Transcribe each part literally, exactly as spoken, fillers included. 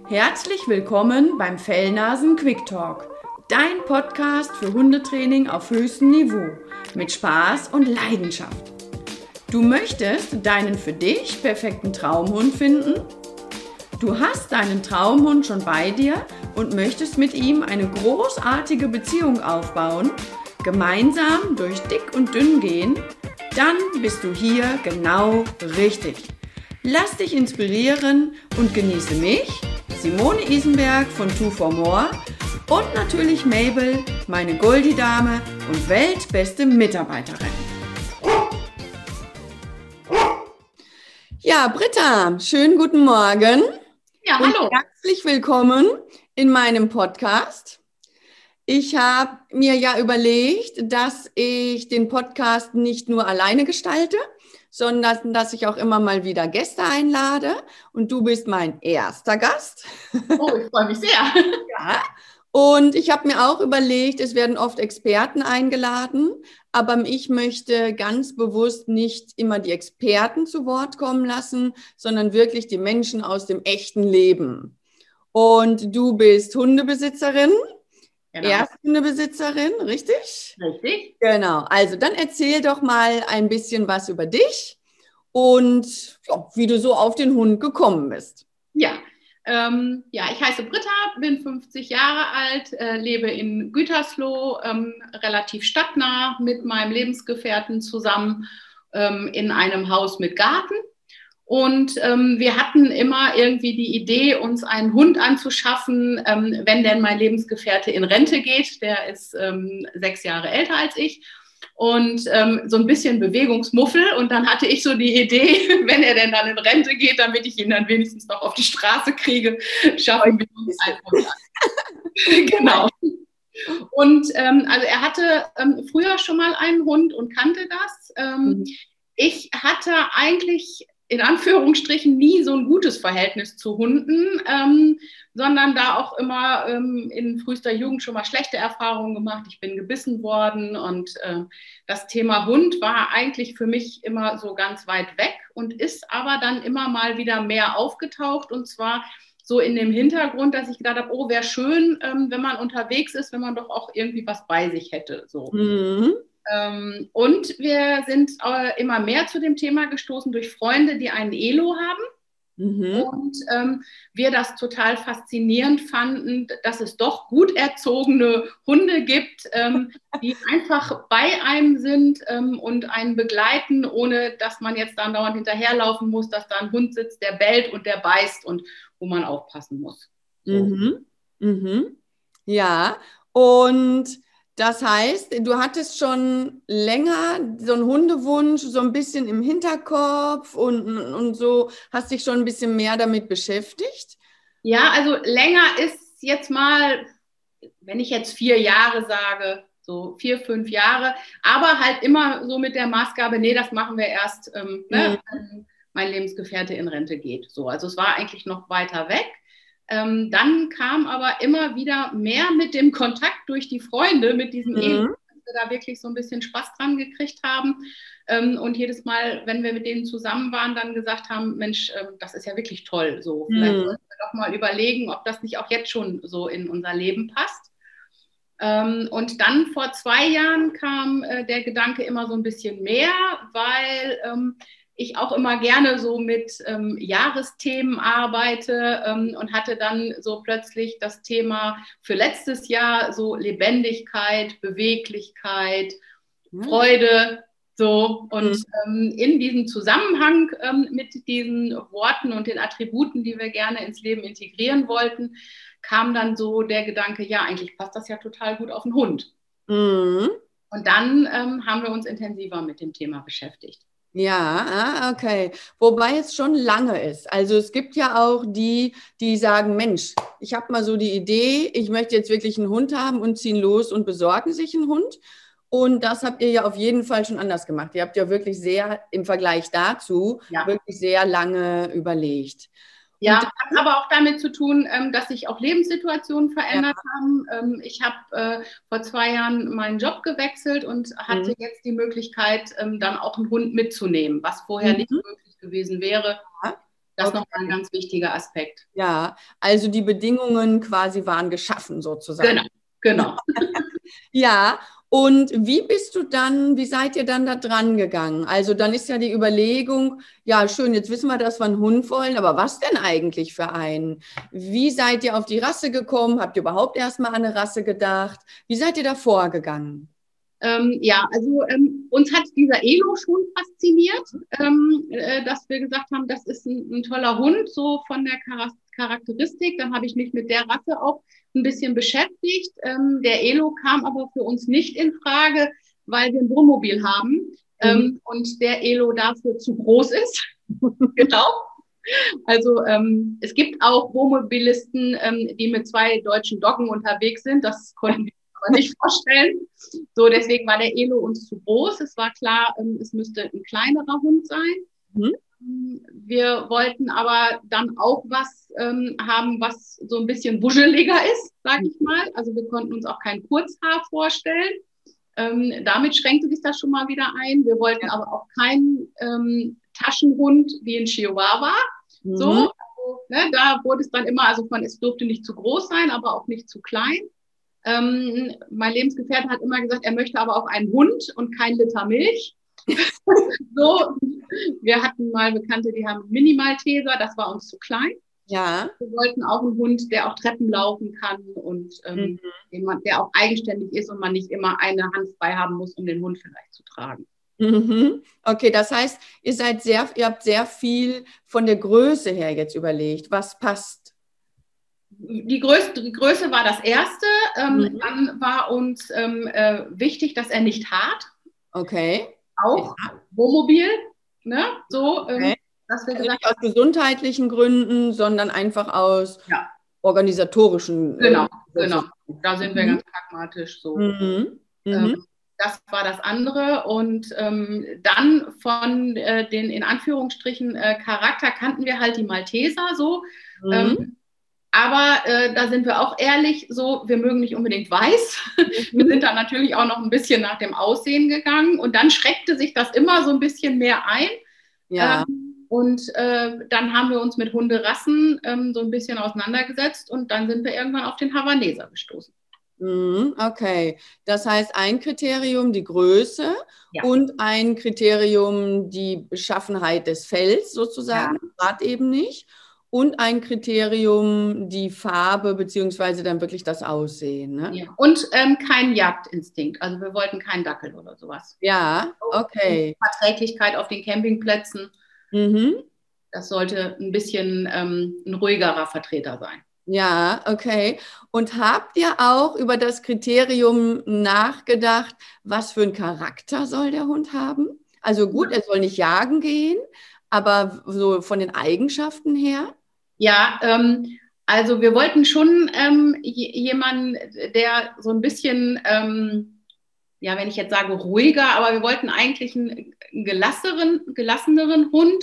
Herzlich willkommen beim Fellnasen Quick Talk, dein Podcast für Hundetraining auf höchstem Niveau mit Spaß und Leidenschaft. Du möchtest deinen für dich perfekten Traumhund finden? Du hast deinen Traumhund schon bei dir und möchtest mit ihm eine großartige Beziehung aufbauen, gemeinsam durch dick und dünn gehen? Dann bist du hier genau richtig. Lass dich inspirieren und genieße mich, Simone Isenberg von Two for More und natürlich Mabel, meine Goldie-Dame und weltbeste Mitarbeiterin. Ja, Britta, schönen guten Morgen. Ja, hallo. Und herzlich willkommen in meinem Podcast. Ich habe mir ja überlegt, dass ich den Podcast nicht nur alleine gestalte, sondern dass ich auch immer mal wieder Gäste einlade. Und du bist mein erster Gast. Oh, ich freue mich sehr. Ja. Und ich habe mir auch überlegt, es werden oft Experten eingeladen, aber ich möchte ganz bewusst nicht immer die Experten zu Wort kommen lassen, sondern wirklich die Menschen aus dem echten Leben. Und du bist Hundebesitzerin. Genau. Ersthundebesitzerin, richtig? Richtig. Genau. Also dann erzähl doch mal ein bisschen was über dich und ja, wie du so auf den Hund gekommen bist. Ja, ähm, ja, ich heiße Britta, bin fünfzig Jahre alt, äh, lebe in Gütersloh, ähm, relativ stadtnah mit meinem Lebensgefährten zusammen ähm, in einem Haus mit Garten. Und ähm, wir hatten immer irgendwie die Idee, uns einen Hund anzuschaffen, ähm, wenn denn mein Lebensgefährte in Rente geht. Der ist ähm, sechs Jahre älter als ich und ähm, so ein bisschen Bewegungsmuffel. Und dann hatte ich so die Idee, wenn er denn dann in Rente geht, damit ich ihn dann wenigstens noch auf die Straße kriege, schaffen wir uns einen Hund an. Genau. Und ähm, also er hatte ähm, früher schon mal einen Hund und kannte das. Ähm, mhm. Ich hatte eigentlich in Anführungsstrichen nie so ein gutes Verhältnis zu Hunden, ähm, sondern da auch immer ähm, in frühester Jugend schon mal schlechte Erfahrungen gemacht. Ich bin gebissen worden und äh, das Thema Hund war eigentlich für mich immer so ganz weit weg und ist aber dann immer mal wieder mehr aufgetaucht, und zwar so in dem Hintergrund, dass ich gedacht habe, oh, wäre schön, ähm, wenn man unterwegs ist, wenn man doch auch irgendwie was bei sich hätte. So. Mhm. Ähm, und wir sind äh, immer mehr zu dem Thema gestoßen durch Freunde, die einen Elo haben. Mhm. Und ähm, wir das total faszinierend fanden, dass es doch gut erzogene Hunde gibt, ähm, die einfach bei einem sind ähm, und einen begleiten, ohne dass man jetzt dann dauernd hinterherlaufen muss, dass da ein Hund sitzt, der bellt und der beißt und wo man aufpassen muss. So. Mhm. Mhm. Ja, und das heißt, du hattest schon länger so einen Hundewunsch, so ein bisschen im Hinterkopf und, und so, hast dich schon ein bisschen mehr damit beschäftigt? Ja, also länger ist jetzt mal, wenn ich jetzt vier Jahre sage, so vier, fünf Jahre, aber halt immer so mit der Maßgabe, nee, das machen wir erst, ähm, mhm. ne, wenn mein Lebensgefährte in Rente geht. So, also es war eigentlich noch weiter weg. Ähm, dann kam aber immer wieder mehr mit dem Kontakt durch die Freunde, mit diesem mhm. Elo, dass wir da wirklich so ein bisschen Spaß dran gekriegt haben. Ähm, und jedes Mal, wenn wir mit denen zusammen waren, dann gesagt haben, Mensch, ähm, das ist ja wirklich toll. So, vielleicht mhm. sollten wir doch mal überlegen, ob das nicht auch jetzt schon so in unser Leben passt. Ähm, und dann vor zwei Jahren kam äh, der Gedanke immer so ein bisschen mehr, weil ähm, ich auch immer gerne so mit ähm, Jahresthemen arbeite ähm, und hatte dann so plötzlich das Thema für letztes Jahr so Lebendigkeit, Beweglichkeit, ja. Freude, so. Und mhm. ähm, in diesem Zusammenhang ähm, mit diesen Worten und den Attributen, die wir gerne ins Leben integrieren wollten, kam dann so der Gedanke, ja, eigentlich passt das ja total gut auf einen Hund. Mhm. Und dann ähm, haben wir uns intensiver mit dem Thema beschäftigt. Ja, okay. Wobei es schon lange ist. Also es gibt ja auch die, die sagen, Mensch, ich habe mal so die Idee, ich möchte jetzt wirklich einen Hund haben und ziehen los und besorgen sich einen Hund. Und das habt ihr ja auf jeden Fall schon anders gemacht. Ihr habt ja wirklich sehr, im Vergleich dazu, ja. wirklich sehr lange überlegt. Ja, hat aber auch damit zu tun, dass sich auch Lebenssituationen verändert ja. haben. Ich habe äh, vor zwei Jahren meinen Job gewechselt und hatte mhm. jetzt die Möglichkeit, ähm, dann auch einen Hund mitzunehmen, was vorher mhm. nicht möglich gewesen wäre. Ja. Das ist Okay. nochmal ein ganz wichtiger Aspekt. Ja, also die Bedingungen quasi waren geschaffen sozusagen. Genau, genau. Ja, und wie bist du dann, wie seid ihr dann da dran gegangen? Also dann ist ja die Überlegung, ja schön, jetzt wissen wir, dass wir einen Hund wollen, aber was denn eigentlich für einen? Wie seid ihr auf die Rasse gekommen? Habt ihr überhaupt erstmal an eine Rasse gedacht? Wie seid ihr da vorgegangen? Ähm, ja, also ähm, uns hat dieser Elo schon fasziniert, ähm, äh, dass wir gesagt haben, das ist ein, ein toller Hund, so von der Char Charakteristik. Dann habe ich mich mit der Rasse auch ein bisschen beschäftigt. Ähm, der Elo kam aber für uns nicht in Frage, weil wir ein Wohnmobil haben ähm, Mhm. und der Elo dafür zu groß ist. Genau. Also ähm, es gibt auch Wohnmobilisten, ähm, die mit zwei deutschen Doggen unterwegs sind. Das konnten wir uns aber nicht vorstellen. So, deswegen war der Elo uns zu groß. Es war klar, ähm, es müsste ein kleinerer Hund sein. Mhm. Wir wollten aber dann auch was ähm, haben, was so ein bisschen wuscheliger ist, sag ich mal. Also wir konnten uns auch kein Kurzhaar vorstellen. Ähm, damit schränkte sich das schon mal wieder ein. Wir wollten aber auch keinen ähm, Taschenhund wie ein Chihuahua. Mhm. So, also, ne, da wurde es dann immer, also von, es durfte nicht zu groß sein, aber auch nicht zu klein. Ähm, mein Lebensgefährte hat immer gesagt, er möchte aber auch einen Hund und kein Liter Milch. So, wir hatten mal Bekannte, die haben Mini-Malteser, das war uns zu klein. Ja. Wir wollten auch einen Hund, der auch Treppen laufen kann und ähm, Mhm. der auch eigenständig ist und man nicht immer eine Hand frei haben muss, um den Hund vielleicht zu tragen. Mhm. Okay, das heißt, ihr seid sehr, ihr habt sehr viel von der Größe her jetzt überlegt, was passt. Die Größe, die Größe war das Erste. Ähm, Mhm. Dann war uns ähm, äh, wichtig, dass er nicht hart. Okay. Auch Ja. Wohnmobil. Ne? So, Okay. ähm, dass wir Also gesagt nicht aus gesundheitlichen Gründen, sondern einfach aus ja, organisatorischen. genau, Äh, genau. Da sind wir mhm. ganz pragmatisch so. Mhm. Ähm, Mhm. Das war das andere. Und ähm, dann von äh, den in Anführungsstrichen äh, Charakter kannten wir halt die Malteser so. Mhm. Ähm, aber äh, da sind wir auch ehrlich, so, wir mögen nicht unbedingt weiß. Wir sind Mhm. da natürlich auch noch ein bisschen nach dem Aussehen gegangen. Und dann schreckte sich das immer so ein bisschen mehr ein. Ja. Ähm, und äh, dann haben wir uns mit Hunderassen ähm, so ein bisschen auseinandergesetzt und dann sind wir irgendwann auf den Havaneser gestoßen. Mhm. Okay. Das heißt, ein Kriterium die Größe Ja. und ein Kriterium die Beschaffenheit des Fells Ja. sozusagen, Rad eben nicht. Und ein Kriterium die Farbe beziehungsweise dann wirklich das Aussehen. Ne? Ja. Und ähm, kein Jagdinstinkt. Also wir wollten keinen Dackel oder sowas. Ja, okay. Verträglichkeit auf den Campingplätzen. Mhm. Das sollte ein bisschen ähm, ein ruhigerer Vertreter sein. Ja, okay. Und habt ihr auch über das Kriterium nachgedacht, was für einen Charakter soll der Hund haben? Also gut, er soll nicht jagen gehen, aber so von den Eigenschaften her? Ja, ähm, also wir wollten schon ähm, jemanden, der so ein bisschen, ähm, ja, wenn ich jetzt sage ruhiger, aber wir wollten eigentlich einen gelasseneren, gelasseneren Hund.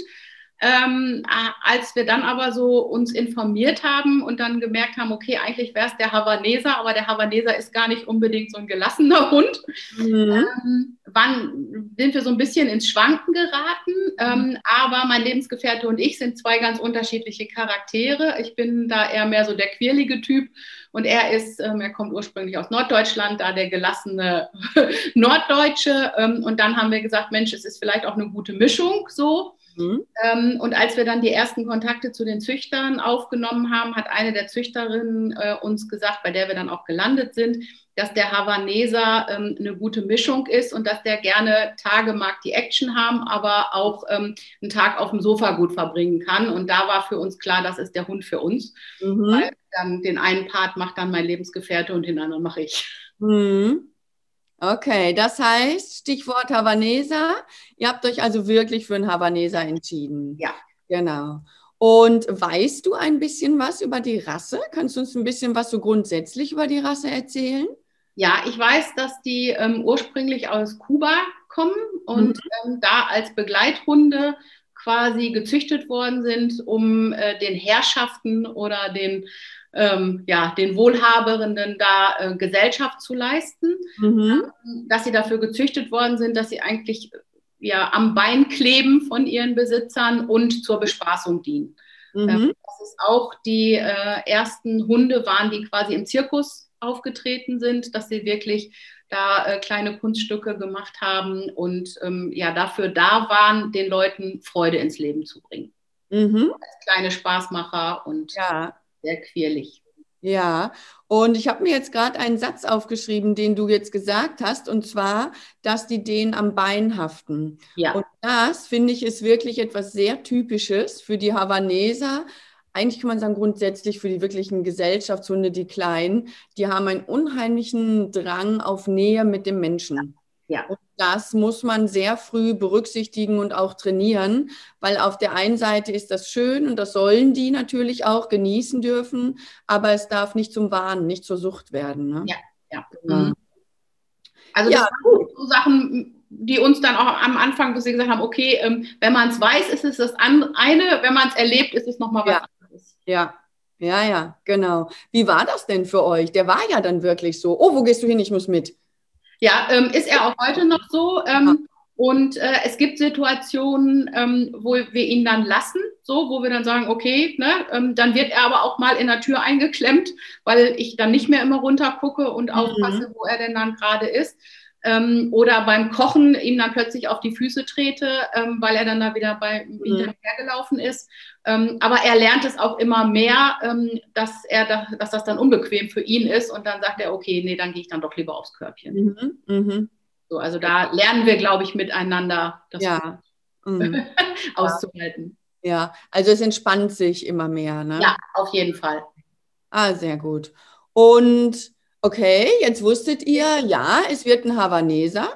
Ähm, als wir dann aber so uns informiert haben und dann gemerkt haben, okay, eigentlich wäre es der Havaneser, aber der Havaneser ist gar nicht unbedingt so ein gelassener Hund. Mhm. Ähm, wann sind wir so ein bisschen ins Schwanken geraten, ähm, aber mein Lebensgefährte und ich sind zwei ganz unterschiedliche Charaktere. Ich bin da eher mehr so der quirlige Typ und er ist, ähm, er kommt ursprünglich aus Norddeutschland, da der gelassene Norddeutsche ähm, und dann haben wir gesagt, Mensch, es ist vielleicht auch eine gute Mischung so. Mhm. Ähm, und als wir dann die ersten Kontakte zu den Züchtern aufgenommen haben, hat eine der Züchterinnen äh, uns gesagt, bei der wir dann auch gelandet sind, dass der Havaneser ähm, eine gute Mischung ist und dass der gerne Tage mag, die Action haben, aber auch ähm, einen Tag auf dem Sofa gut verbringen kann. Und da war für uns klar, das ist der Hund für uns. Mhm. Weil dann den einen Part macht dann mein Lebensgefährte und den anderen mache ich. Mhm. Okay, das heißt, Stichwort Havaneser, ihr habt euch also wirklich für einen Havaneser entschieden. Ja. Genau. Und weißt du ein bisschen was über die Rasse? Kannst du uns ein bisschen was so grundsätzlich über die Rasse erzählen? Ja, ich weiß, dass die ähm, ursprünglich aus Kuba kommen und ähm, da als Begleithunde quasi gezüchtet worden sind, um äh, den Herrschaften oder den, ähm, ja, den Wohlhabenden da äh, Gesellschaft zu leisten. Mhm. Dass sie dafür gezüchtet worden sind, dass sie eigentlich ja, am Bein kleben von ihren Besitzern und zur Bespaßung dienen. Mhm. Ähm, das ist auch die äh, ersten Hunde waren, die quasi im Zirkus aufgetreten sind, dass sie wirklich da äh, kleine Kunststücke gemacht haben und ähm, ja, dafür da waren, den Leuten Freude ins Leben zu bringen. Mhm. Als kleine Spaßmacher und Ja. sehr quirlig. Ja, und ich habe mir jetzt gerade einen Satz aufgeschrieben, den du jetzt gesagt hast, und zwar, dass die denen am Bein haften. Ja. Und das, finde ich, ist wirklich etwas sehr Typisches für die Havaneser. Eigentlich kann man sagen, grundsätzlich für die wirklichen Gesellschaftshunde, die Kleinen, die haben einen unheimlichen Drang auf Nähe mit dem Menschen. Ja. Und das muss man sehr früh berücksichtigen und auch trainieren, weil auf der einen Seite ist das schön und das sollen die natürlich auch genießen dürfen, aber es darf nicht zum Wahn, nicht zur Sucht werden. Ne? Ja, ja. Genau. Mhm. Also Ja, das waren so Sachen, die uns dann auch am Anfang, wo sie gesagt haben, okay, ähm, wenn man es weiß, ist es das eine, wenn man es erlebt, ist es nochmal was ja, anderes. ja, ja, ja, genau. Wie war das denn für euch? Der war ja dann wirklich so, oh, wo gehst du hin? Ich muss mit. Ja, ähm, ist er auch heute noch so. Ähm, und äh, es gibt Situationen, ähm, wo wir ihn dann lassen, so, wo wir dann sagen, okay, ne, ähm, dann wird er aber auch mal in der Tür eingeklemmt, weil ich dann nicht mehr immer runter gucke und Mhm. aufpasse, wo er denn dann gerade ist. Ähm, oder beim Kochen ihm dann plötzlich auf die Füße trete, ähm, weil er dann da wieder bei Mhm. hinterhergelaufen ist. Ähm, aber er lernt es auch immer mehr, ähm, dass, er da, dass das dann unbequem für ihn ist und dann sagt er, okay, nee, dann gehe ich dann doch lieber aufs Körbchen. Mhm. Mhm. So, also da lernen wir, glaube ich, miteinander das Ja. Mhm. auszuhalten. Ja, also es entspannt sich immer mehr, ne? Ja, auf jeden Fall. Ah, sehr gut. Und okay, jetzt wusstet ihr, ja, es wird ein Havaneser.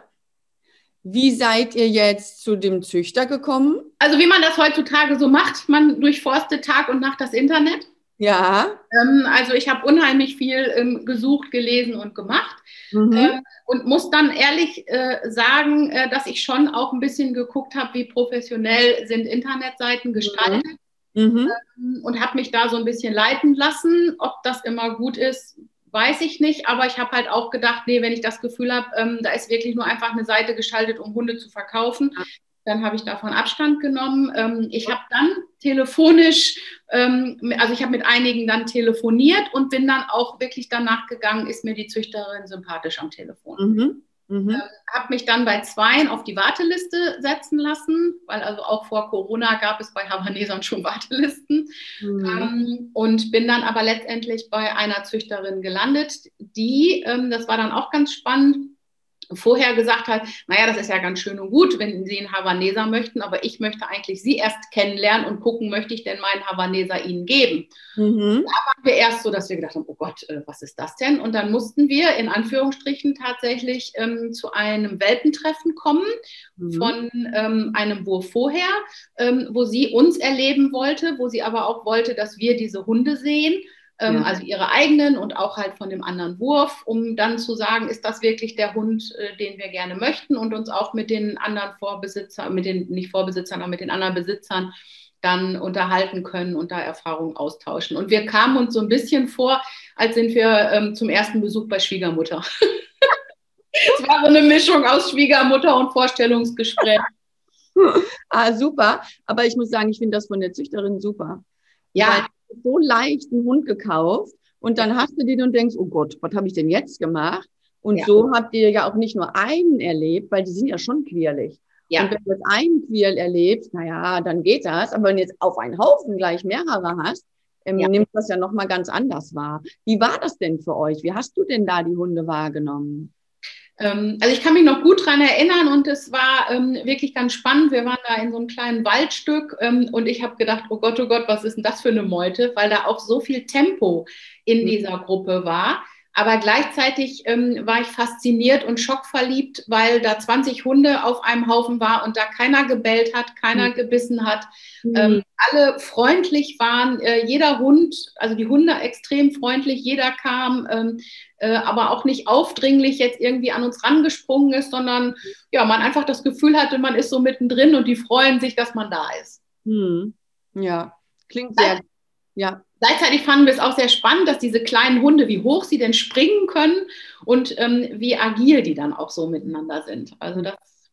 Wie seid ihr jetzt zu dem Züchter gekommen? Also wie man das heutzutage so macht, man durchforstet Tag und Nacht das Internet. Ja. Ähm, also ich habe unheimlich viel ähm, gesucht, gelesen und gemacht. Mhm. Ähm, und muss dann ehrlich äh, sagen, äh, dass ich schon auch ein bisschen geguckt habe, wie professionell sind Internetseiten gestaltet. Mhm. Ähm, und habe mich da so ein bisschen leiten lassen. Ob das immer gut ist, weiß ich nicht. Aber ich habe halt auch gedacht, nee, wenn ich das Gefühl habe, ähm, da ist wirklich nur einfach eine Seite geschaltet, um Hunde zu verkaufen, dann habe ich davon Abstand genommen. Ähm, ich habe dann telefonisch, ähm, also ich habe mit einigen dann telefoniert und bin dann auch wirklich danach gegangen, ist mir die Züchterin sympathisch am Telefon. Mhm. Mhm. Ähm, habe mich dann bei zweien auf die Warteliste setzen lassen, weil also auch vor Corona gab es bei Havanesern schon Wartelisten. Mhm. Ähm, und bin dann aber letztendlich bei einer Züchterin gelandet, die, ähm, das war dann auch ganz spannend, vorher gesagt hat, naja, das ist ja ganz schön und gut, wenn Sie einen Havaneser möchten, aber ich möchte eigentlich Sie erst kennenlernen und gucken, möchte ich denn meinen Havaneser Ihnen geben? Mhm. Da waren wir erst so, dass wir gedacht haben, oh Gott, äh, was ist das denn? Und dann mussten wir in Anführungsstrichen tatsächlich ähm, zu einem Welpentreffen kommen Mhm. von ähm, einem Wurf vorher, ähm, wo sie uns erleben wollte, wo sie aber auch wollte, dass wir diese Hunde sehen. Ähm, Ja. Also ihre eigenen und auch halt von dem anderen Wurf, um dann zu sagen, ist das wirklich der Hund, äh, den wir gerne möchten und uns auch mit den anderen Vorbesitzern, mit den, nicht Vorbesitzern, aber mit den anderen Besitzern dann unterhalten können und da Erfahrungen austauschen. Und wir kamen uns so ein bisschen vor, als sind wir ähm, zum ersten Besuch bei Schwiegermutter. Es war so eine Mischung aus Schwiegermutter und Vorstellungsgespräch. Ah, super. Aber ich muss sagen, ich finde das von der Züchterin super. Ja. Weil so leicht einen Hund gekauft und dann ja. hast du den und denkst, oh Gott, was habe ich denn jetzt gemacht? Und ja. so habt ihr ja auch nicht nur einen erlebt, weil die sind ja schon quirlig. Ja. Und wenn du jetzt einen Quirl erlebst, naja, dann geht das. Aber wenn du jetzt auf einen Haufen gleich mehrere hast, ähm, ja. nimmt das ja nochmal ganz anders wahr. Wie war das denn für euch? Wie hast du denn da die Hunde wahrgenommen? Also ich kann mich noch gut dran erinnern und es war ähm, wirklich ganz spannend. Wir waren da in so einem kleinen Waldstück ähm, und ich habe gedacht, oh Gott, oh Gott, was ist denn das für eine Meute? Weil da auch so viel Tempo in mhm. dieser Gruppe war. Aber gleichzeitig ähm, war ich fasziniert und schockverliebt, weil da zwanzig Hunde auf einem Haufen war und da keiner gebellt hat, keiner mhm. gebissen hat. Mhm. Ähm, alle freundlich waren, äh, jeder Hund, also die Hunde extrem freundlich, jeder kam, ähm, äh, aber auch nicht aufdringlich jetzt irgendwie an uns rangesprungen ist, sondern ja, man einfach das Gefühl hatte, man ist so mittendrin und die freuen sich, dass man da ist. Mhm. Ja, klingt sehr, ja. Gleichzeitig fanden wir es auch sehr spannend, dass diese kleinen Hunde, wie hoch sie denn springen können und ähm, wie agil die dann auch so miteinander sind. Also das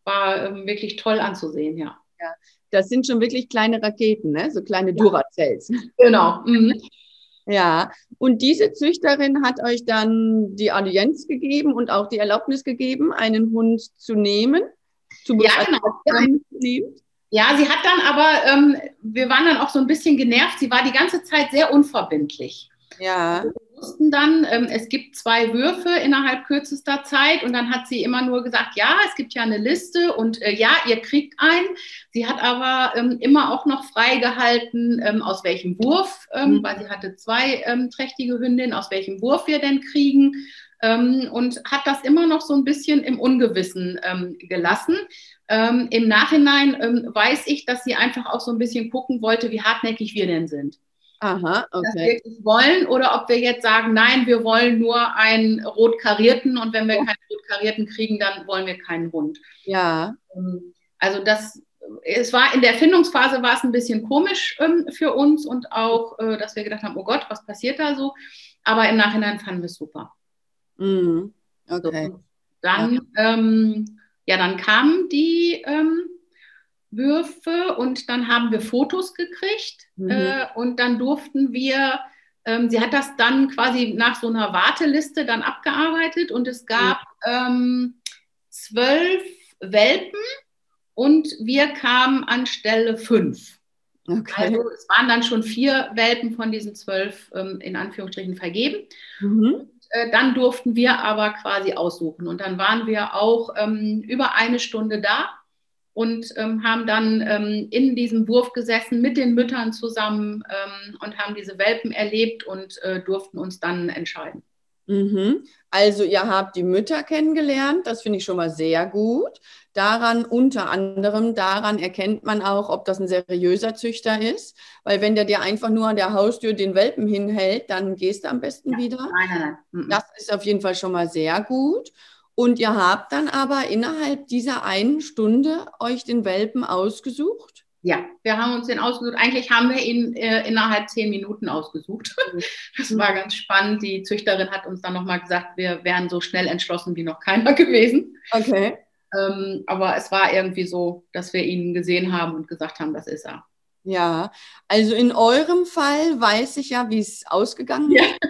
war ähm, wirklich toll anzusehen, ja. Ja, das sind schon wirklich kleine Raketen, ne? So kleine Duracells. Genau. Mhm. Ja, und diese Züchterin hat euch dann die Audienz gegeben und auch die Erlaubnis gegeben, einen Hund zu nehmen, zu Ja, also, genau. dass ihr Ähm, einen nehmt. ja, sie hat dann aber, ähm, wir waren dann auch so ein bisschen genervt, sie war die ganze Zeit sehr unverbindlich. Ja. Wir wussten dann, ähm, es gibt zwei Würfe innerhalb kürzester Zeit und dann hat sie immer nur gesagt, ja, es gibt ja eine Liste und äh, ja, ihr kriegt einen. Sie hat aber ähm, immer auch noch freigehalten, ähm, aus welchem Wurf, ähm, Mhm. weil sie hatte zwei ähm, trächtige Hündinnen, aus welchem Wurf wir denn kriegen ähm, und hat das immer noch so ein bisschen im Ungewissen ähm, gelassen. Ähm, Im Nachhinein ähm, weiß ich, dass sie einfach auch so ein bisschen gucken wollte, wie hartnäckig wir denn sind. Aha, Das okay. wirklich wollen oder ob wir jetzt sagen, nein, wir wollen nur einen rot karierten und wenn wir keinen rot karierten kriegen, dann wollen wir keinen Hund. Ja. Also das, es war in der Findungsphase war es ein bisschen komisch ähm, für uns und auch, äh, dass wir gedacht haben, oh Gott, was passiert da so? Aber im Nachhinein fanden wir es super. Mhm. Okay. So, dann, ja. Ähm, ja, dann kamen die ähm, Würfe und dann haben wir Fotos gekriegt Mhm. äh, und dann durften wir, ähm, sie hat das dann quasi nach so einer Warteliste dann abgearbeitet und es gab mhm. ähm, zwölf Welpen und wir kamen an Stelle fünf. Okay. Also es waren dann schon vier Welpen von diesen zwölf ähm, in Anführungsstrichen vergeben. Mhm. Und, äh, dann durften wir aber quasi aussuchen und dann waren wir auch ähm, über eine Stunde da und ähm, haben dann ähm, in diesem Wurf gesessen mit den Müttern zusammen ähm, und haben diese Welpen erlebt und äh, durften uns dann entscheiden. Mhm. Also ihr habt die Mütter kennengelernt, das finde ich schon mal sehr gut. Daran, unter anderem, daran erkennt man auch, ob das ein seriöser Züchter ist, weil wenn der dir einfach nur an der Haustür den Welpen hinhält, dann gehst du am besten ja. wieder. Nein, nein, nein. Das ist auf jeden Fall schon mal sehr gut. Und ihr habt dann aber innerhalb dieser einen Stunde euch den Welpen ausgesucht? Ja, wir haben uns den ausgesucht. Eigentlich haben wir ihn äh, innerhalb zehn Minuten ausgesucht. Das war ganz spannend. Die Züchterin hat uns dann nochmal gesagt, wir wären so schnell entschlossen wie noch keiner gewesen. Okay. Ähm, aber es war irgendwie so, dass wir ihn gesehen haben und gesagt haben, das ist er. Ja, also in eurem Fall weiß ich ja, wie es ausgegangen ist. Ja.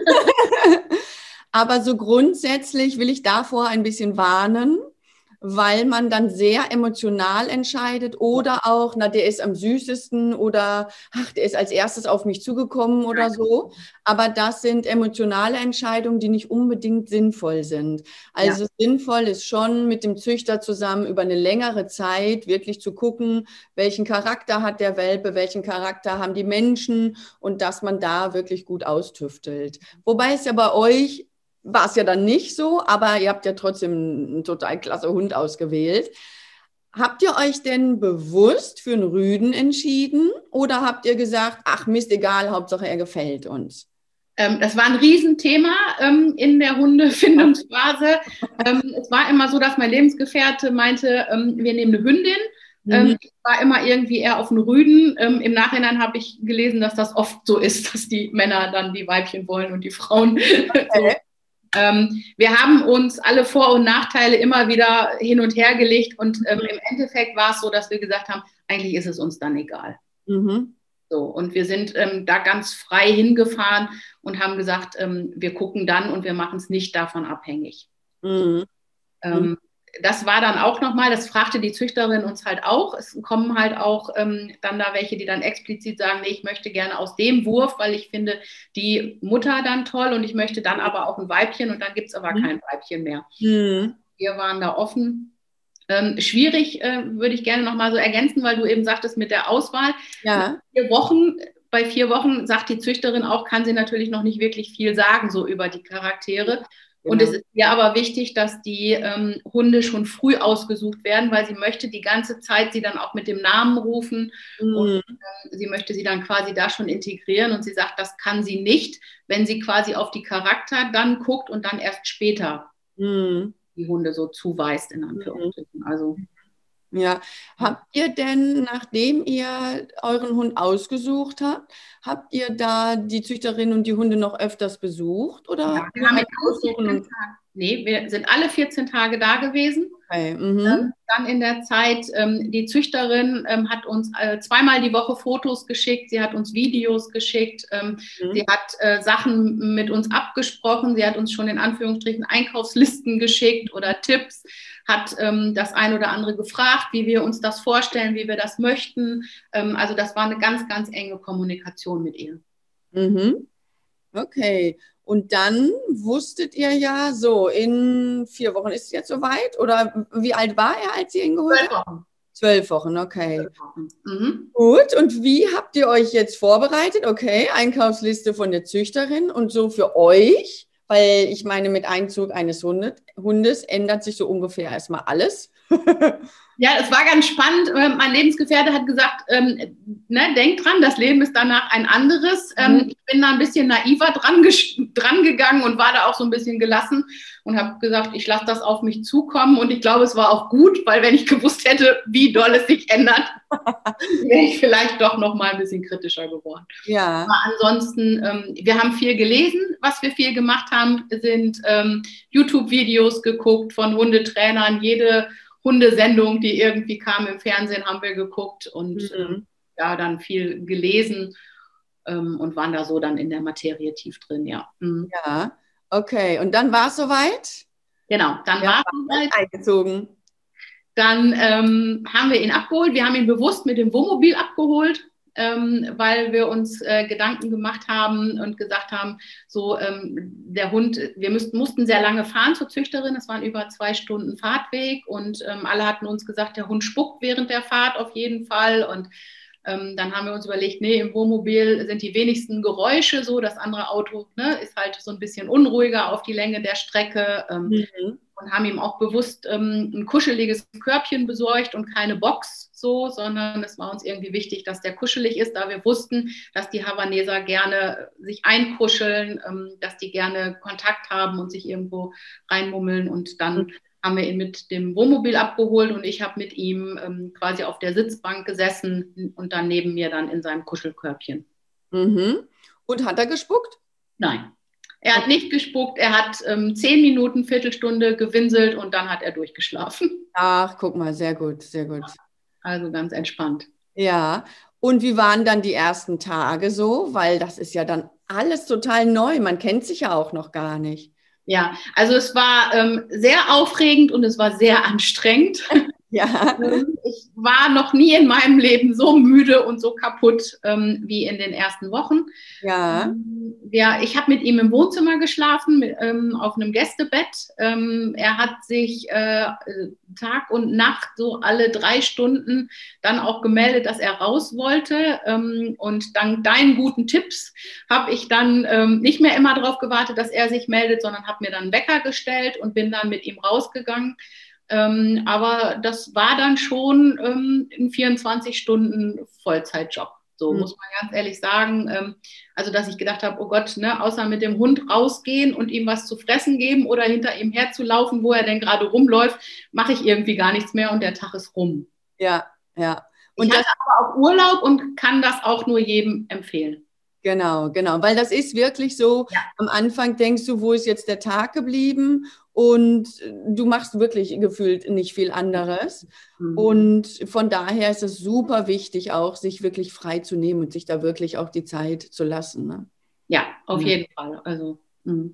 Aber so grundsätzlich will ich davor ein bisschen warnen, weil man dann sehr emotional entscheidet oder auch, na, der ist am süßesten oder, ach, der ist als erstes auf mich zugekommen oder so. Aber das sind emotionale Entscheidungen, die nicht unbedingt sinnvoll sind. Also ja. Sinnvoll ist schon, mit dem Züchter zusammen über eine längere Zeit wirklich zu gucken, welchen Charakter hat der Welpe, welchen Charakter haben die Menschen und dass man da wirklich gut austüftelt. Wobei es ja bei euch war es ja dann nicht so, aber ihr habt ja trotzdem einen total klasse Hund ausgewählt. Habt ihr euch denn bewusst für einen Rüden entschieden oder habt ihr gesagt, ach Mist, egal, Hauptsache er gefällt uns? Ähm, das war ein Riesenthema ähm, in der Hundefindungsphase. ähm, es war immer so, dass mein Lebensgefährte meinte, ähm, wir nehmen eine Hündin. Mhm. Ähm, ich war immer irgendwie eher auf einen Rüden. Ähm, Im Nachhinein habe ich gelesen, dass das oft so ist, dass die Männer dann die Weibchen wollen und die Frauen okay. so. Ähm, wir haben uns alle Vor- und Nachteile immer wieder hin und her gelegt und ähm, im Endeffekt war es so, dass wir gesagt haben, eigentlich ist es uns dann egal. Mhm. So, und wir sind ähm, da ganz frei hingefahren und haben gesagt, ähm, wir gucken dann und wir machen es nicht davon abhängig. Mhm. Ähm, das war dann auch nochmal, das fragte die Züchterin uns halt auch. Es kommen halt auch ähm, dann da welche, die dann explizit sagen, nee, ich möchte gerne aus dem Wurf, weil ich finde die Mutter dann toll und ich möchte dann aber auch ein Weibchen und dann gibt es aber mhm. kein Weibchen mehr. Mhm. Wir waren da offen. Ähm, schwierig äh, würde ich gerne nochmal so ergänzen, weil du eben sagtest mit der Auswahl. Ja. Vier Wochen, bei vier Wochen sagt die Züchterin auch, kann sie natürlich noch nicht wirklich viel sagen, so über die Charaktere. Genau. Und es ist ihr aber wichtig, dass die ähm, Hunde schon früh ausgesucht werden, weil sie möchte die ganze Zeit sie dann auch mit dem Namen rufen mhm. und äh, sie möchte sie dann quasi da schon integrieren und sie sagt, das kann sie nicht, wenn sie quasi auf die Charakter dann guckt und dann erst später mhm. die Hunde so zuweist, in Anführungsstrichen. Mhm. Also ja, habt ihr denn, nachdem ihr euren Hund ausgesucht habt, habt ihr da die Züchterin und die Hunde noch öfters besucht? Oder ja, wir haben ihn aussuchen und Nee, wir sind alle vierzehn Tage da gewesen. Okay. Mhm. Ähm, dann in der Zeit, ähm, die Züchterin ähm, hat uns äh, zweimal die Woche Fotos geschickt, sie hat uns Videos geschickt, ähm, Mhm. sie hat äh, Sachen mit uns abgesprochen, sie hat uns schon in Anführungsstrichen Einkaufslisten geschickt oder Tipps, hat ähm, das ein oder andere gefragt, wie wir uns das vorstellen, wie wir das möchten. Ähm, also das war eine ganz, ganz enge Kommunikation mit ihr. Mhm. Okay. Und dann wusstet ihr ja so, in vier Wochen ist es jetzt soweit? Oder wie alt war er, als ihr ihn geholt Zwölf habt? Wochen. Zwölf Wochen, okay. Zwölf Wochen. Mhm. Gut, und wie habt ihr euch jetzt vorbereitet? Okay, Einkaufsliste von der Züchterin und so für euch, weil ich meine, mit Einzug eines Hundes, Hundes ändert sich so ungefähr erstmal alles. Ja, es war ganz spannend. Mein Lebensgefährte hat gesagt, ähm, ne, denk dran, das Leben ist danach ein anderes. Ähm, Mhm. ich bin da ein bisschen naiver dran, dran gegangen und war da auch so ein bisschen gelassen und habe gesagt, ich lasse das auf mich zukommen. Und ich glaube, es war auch gut, weil wenn ich gewusst hätte, wie doll es sich ändert, wäre ich vielleicht doch noch mal ein bisschen kritischer geworden. Ja. Aber ansonsten, ähm, wir haben viel gelesen. Was wir viel gemacht haben, sind ähm, YouTube-Videos geguckt von Hundetrainern. Jede Hundesendung, die irgendwie kam im Fernsehen, haben wir geguckt und Mhm. ähm, ja, dann viel gelesen ähm, und waren da so dann in der Materie tief drin, ja. Mhm. Ja, okay. Und dann war es soweit? Genau, dann Ja, war es war soweit. eingezogen. Dann ähm, haben wir ihn abgeholt. Wir haben ihn bewusst mit dem Wohnmobil abgeholt, ähm, weil wir uns äh, Gedanken gemacht haben und gesagt haben, so ähm, der Hund, wir müssten, mussten sehr lange fahren zur Züchterin. Es waren über zwei Stunden Fahrtweg und ähm, alle hatten uns gesagt, der Hund spuckt während der Fahrt auf jeden Fall. Und ähm, dann haben wir uns überlegt, nee, im Wohnmobil sind die wenigsten Geräusche so. Das andere Auto, ne, ist halt so ein bisschen unruhiger auf die Länge der Strecke. Ähm, Mhm. Und haben ihm auch bewusst ähm, ein kuscheliges Körbchen besorgt und keine Box so, sondern es war uns irgendwie wichtig, dass der kuschelig ist, da wir wussten, dass die Havaneser gerne sich einkuscheln, ähm, dass die gerne Kontakt haben und sich irgendwo reinmummeln. Und dann haben wir ihn mit dem Wohnmobil abgeholt und ich habe mit ihm ähm, quasi auf der Sitzbank gesessen und dann neben mir dann in seinem Kuschelkörbchen. Mhm. Und hat er gespuckt? Nein. Er hat nicht gespuckt, er hat ähm, zehn Minuten, Viertelstunde gewinselt und dann hat er durchgeschlafen. Ach, guck mal, sehr gut, sehr gut. Also ganz entspannt. Ja, und wie waren dann die ersten Tage so? Weil das ist ja dann alles total neu. Man kennt sich ja auch noch gar nicht. Ja, also es war ähm, sehr aufregend und es war sehr anstrengend. Ja. Ich war noch nie in meinem Leben so müde und so kaputt ähm, wie in den ersten Wochen. Ja. Ja, ich habe mit ihm im Wohnzimmer geschlafen, mit, ähm, auf einem Gästebett. Ähm, er hat sich äh, Tag und Nacht so alle drei Stunden dann auch gemeldet, dass er raus wollte. Ähm, und dank deinen guten Tipps habe ich dann ähm, nicht mehr immer darauf gewartet, dass er sich meldet, sondern habe mir dann einen Wecker gestellt und bin dann mit ihm rausgegangen. Ähm, aber das war dann schon ähm, ein vierundzwanzig Stunden Vollzeitjob. So mhm. muss man ganz ehrlich sagen. Ähm, also, dass ich gedacht habe, oh Gott, ne, außer mit dem Hund rausgehen und ihm was zu fressen geben oder hinter ihm herzulaufen, wo er denn gerade rumläuft, mache ich irgendwie gar nichts mehr und der Tag ist rum. Ja, ja. Und ich hatte aber auch Urlaub und kann das auch nur jedem empfehlen. Genau, genau, weil das ist wirklich so, ja. Am Anfang denkst du, wo ist jetzt der Tag geblieben und du machst wirklich gefühlt nicht viel anderes mhm. und von daher ist es super wichtig auch, sich wirklich frei zu nehmen und sich da wirklich auch die Zeit zu lassen. Ne? Ja, auf ja. jeden Fall, also mh.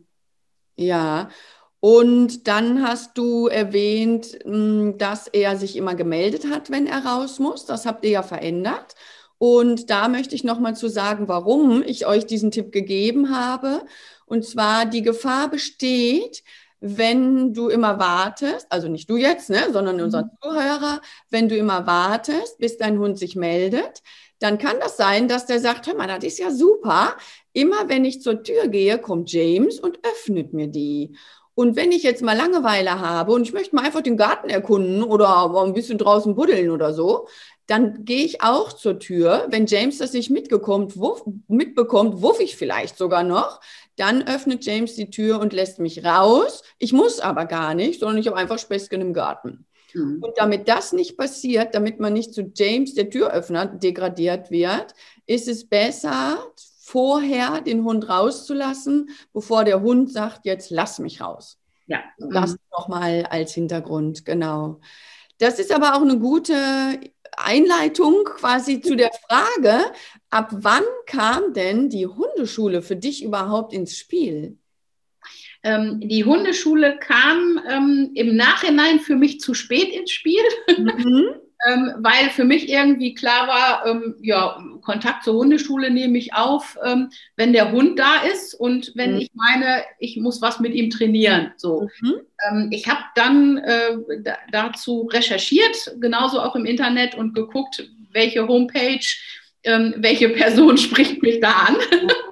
Ja, und dann hast du erwähnt, dass er sich immer gemeldet hat, wenn er raus muss, das habt ihr ja verändert. Und da möchte ich nochmal zu sagen, warum ich euch diesen Tipp gegeben habe. Und zwar, die Gefahr besteht, wenn du immer wartest, also nicht du jetzt, ne, sondern unser mhm. Zuhörer, wenn du immer wartest, bis dein Hund sich meldet, dann kann das sein, dass der sagt, hör mal, das ist ja super. Immer wenn ich zur Tür gehe, kommt James und öffnet mir die. Und wenn ich jetzt mal Langeweile habe und ich möchte mal einfach den Garten erkunden oder ein bisschen draußen buddeln oder so, dann gehe ich auch zur Tür. Wenn James das nicht mitbekommt, wuff, mitbekommt, wuff ich vielleicht sogar noch. Dann öffnet James die Tür und lässt mich raus. Ich muss aber gar nicht, sondern ich habe einfach Späßchen im Garten. Mhm. Und damit das nicht passiert, damit man nicht zu James, der Türöffner, degradiert wird, ist es besser, vorher den Hund rauszulassen, bevor der Hund sagt, jetzt lass mich raus. Ja. Das nochmal als Hintergrund, genau. Das ist aber auch eine gute Einleitung quasi zu der Frage, ab wann kam denn die Hundeschule für dich überhaupt ins Spiel? Ähm, die Hundeschule kam ähm, im Nachhinein für mich zu spät ins Spiel, mhm. ähm, weil für mich irgendwie klar war, ähm, ja, Kontakt zur Hundeschule nehme ich auf, ähm, wenn der Hund da ist und wenn mhm. ich meine, ich muss was mit ihm trainieren. So. Mhm. Ähm, ich habe dann äh, da, dazu recherchiert, genauso auch im Internet und geguckt, welche Homepage, ähm, welche Person spricht mich da an.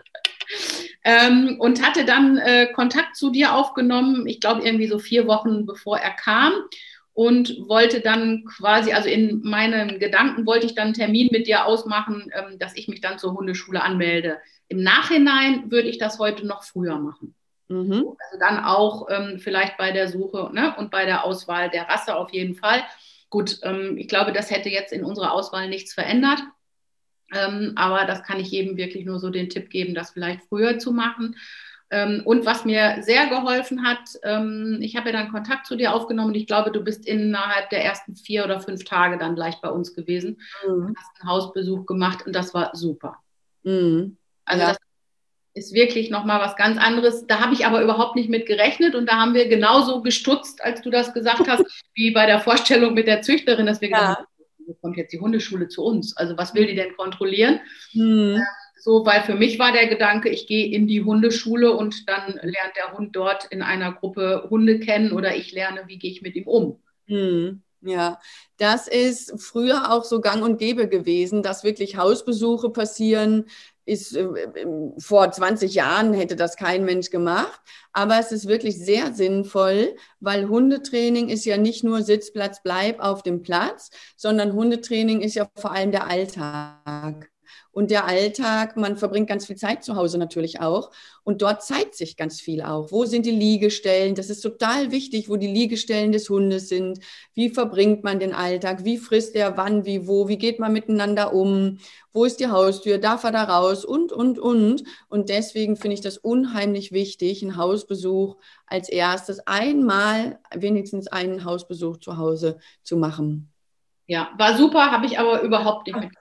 Ähm, und hatte dann äh, Kontakt zu dir aufgenommen, ich glaube irgendwie so vier Wochen bevor er kam und wollte dann quasi, also in meinen Gedanken wollte ich dann einen Termin mit dir ausmachen, ähm, dass ich mich dann zur Hundeschule anmelde. Im Nachhinein würde ich das heute noch früher machen. Mhm. Also dann auch ähm, vielleicht bei der Suche, ne, und bei der Auswahl der Rasse auf jeden Fall. Gut, ähm, ich glaube, das hätte jetzt in unserer Auswahl nichts verändert. Ähm, aber das kann ich jedem wirklich nur so den Tipp geben, das vielleicht früher zu machen. Ähm, und was mir sehr geholfen hat, ähm, ich habe ja dann Kontakt zu dir aufgenommen und ich glaube, du bist innerhalb der ersten vier oder fünf Tage dann gleich bei uns gewesen. Mhm. Hast einen Hausbesuch gemacht und das war super. Mhm. Also ja. Das ist wirklich nochmal was ganz anderes. Da habe ich aber überhaupt nicht mit gerechnet und da haben wir genauso gestutzt, als du das gesagt hast, wie bei der Vorstellung mit der Züchterin, dass wir gedacht haben, ja. Wo kommt jetzt die Hundeschule zu uns? Also was will die denn kontrollieren? Mhm. Ähm, so, weil für mich war der Gedanke, ich gehe in die Hundeschule und dann lernt der Hund dort in einer Gruppe Hunde kennen oder ich lerne, wie gehe ich mit ihm um. Mhm. Ja, das ist früher auch so gang und gäbe gewesen, dass wirklich Hausbesuche passieren. Ist, äh, vor zwanzig Jahren hätte das kein Mensch gemacht, aber es ist wirklich sehr sinnvoll, weil Hundetraining ist ja nicht nur Sitz, Platz, Bleib auf dem Platz, sondern Hundetraining ist ja vor allem der Alltag. Und der Alltag, man verbringt ganz viel Zeit zu Hause natürlich auch. Und dort zeigt sich ganz viel auch. Wo sind die Liegestellen? Das ist total wichtig, wo die Liegestellen des Hundes sind. Wie verbringt man den Alltag? Wie frisst er wann, wie, wo? Wie geht man miteinander um? Wo ist die Haustür? Darf er da raus? Und, und, und. Und deswegen finde ich das unheimlich wichtig, einen Hausbesuch als erstes einmal, wenigstens einen Hausbesuch zu Hause zu machen. Ja, war super, habe ich aber überhaupt nicht mitgekriegt.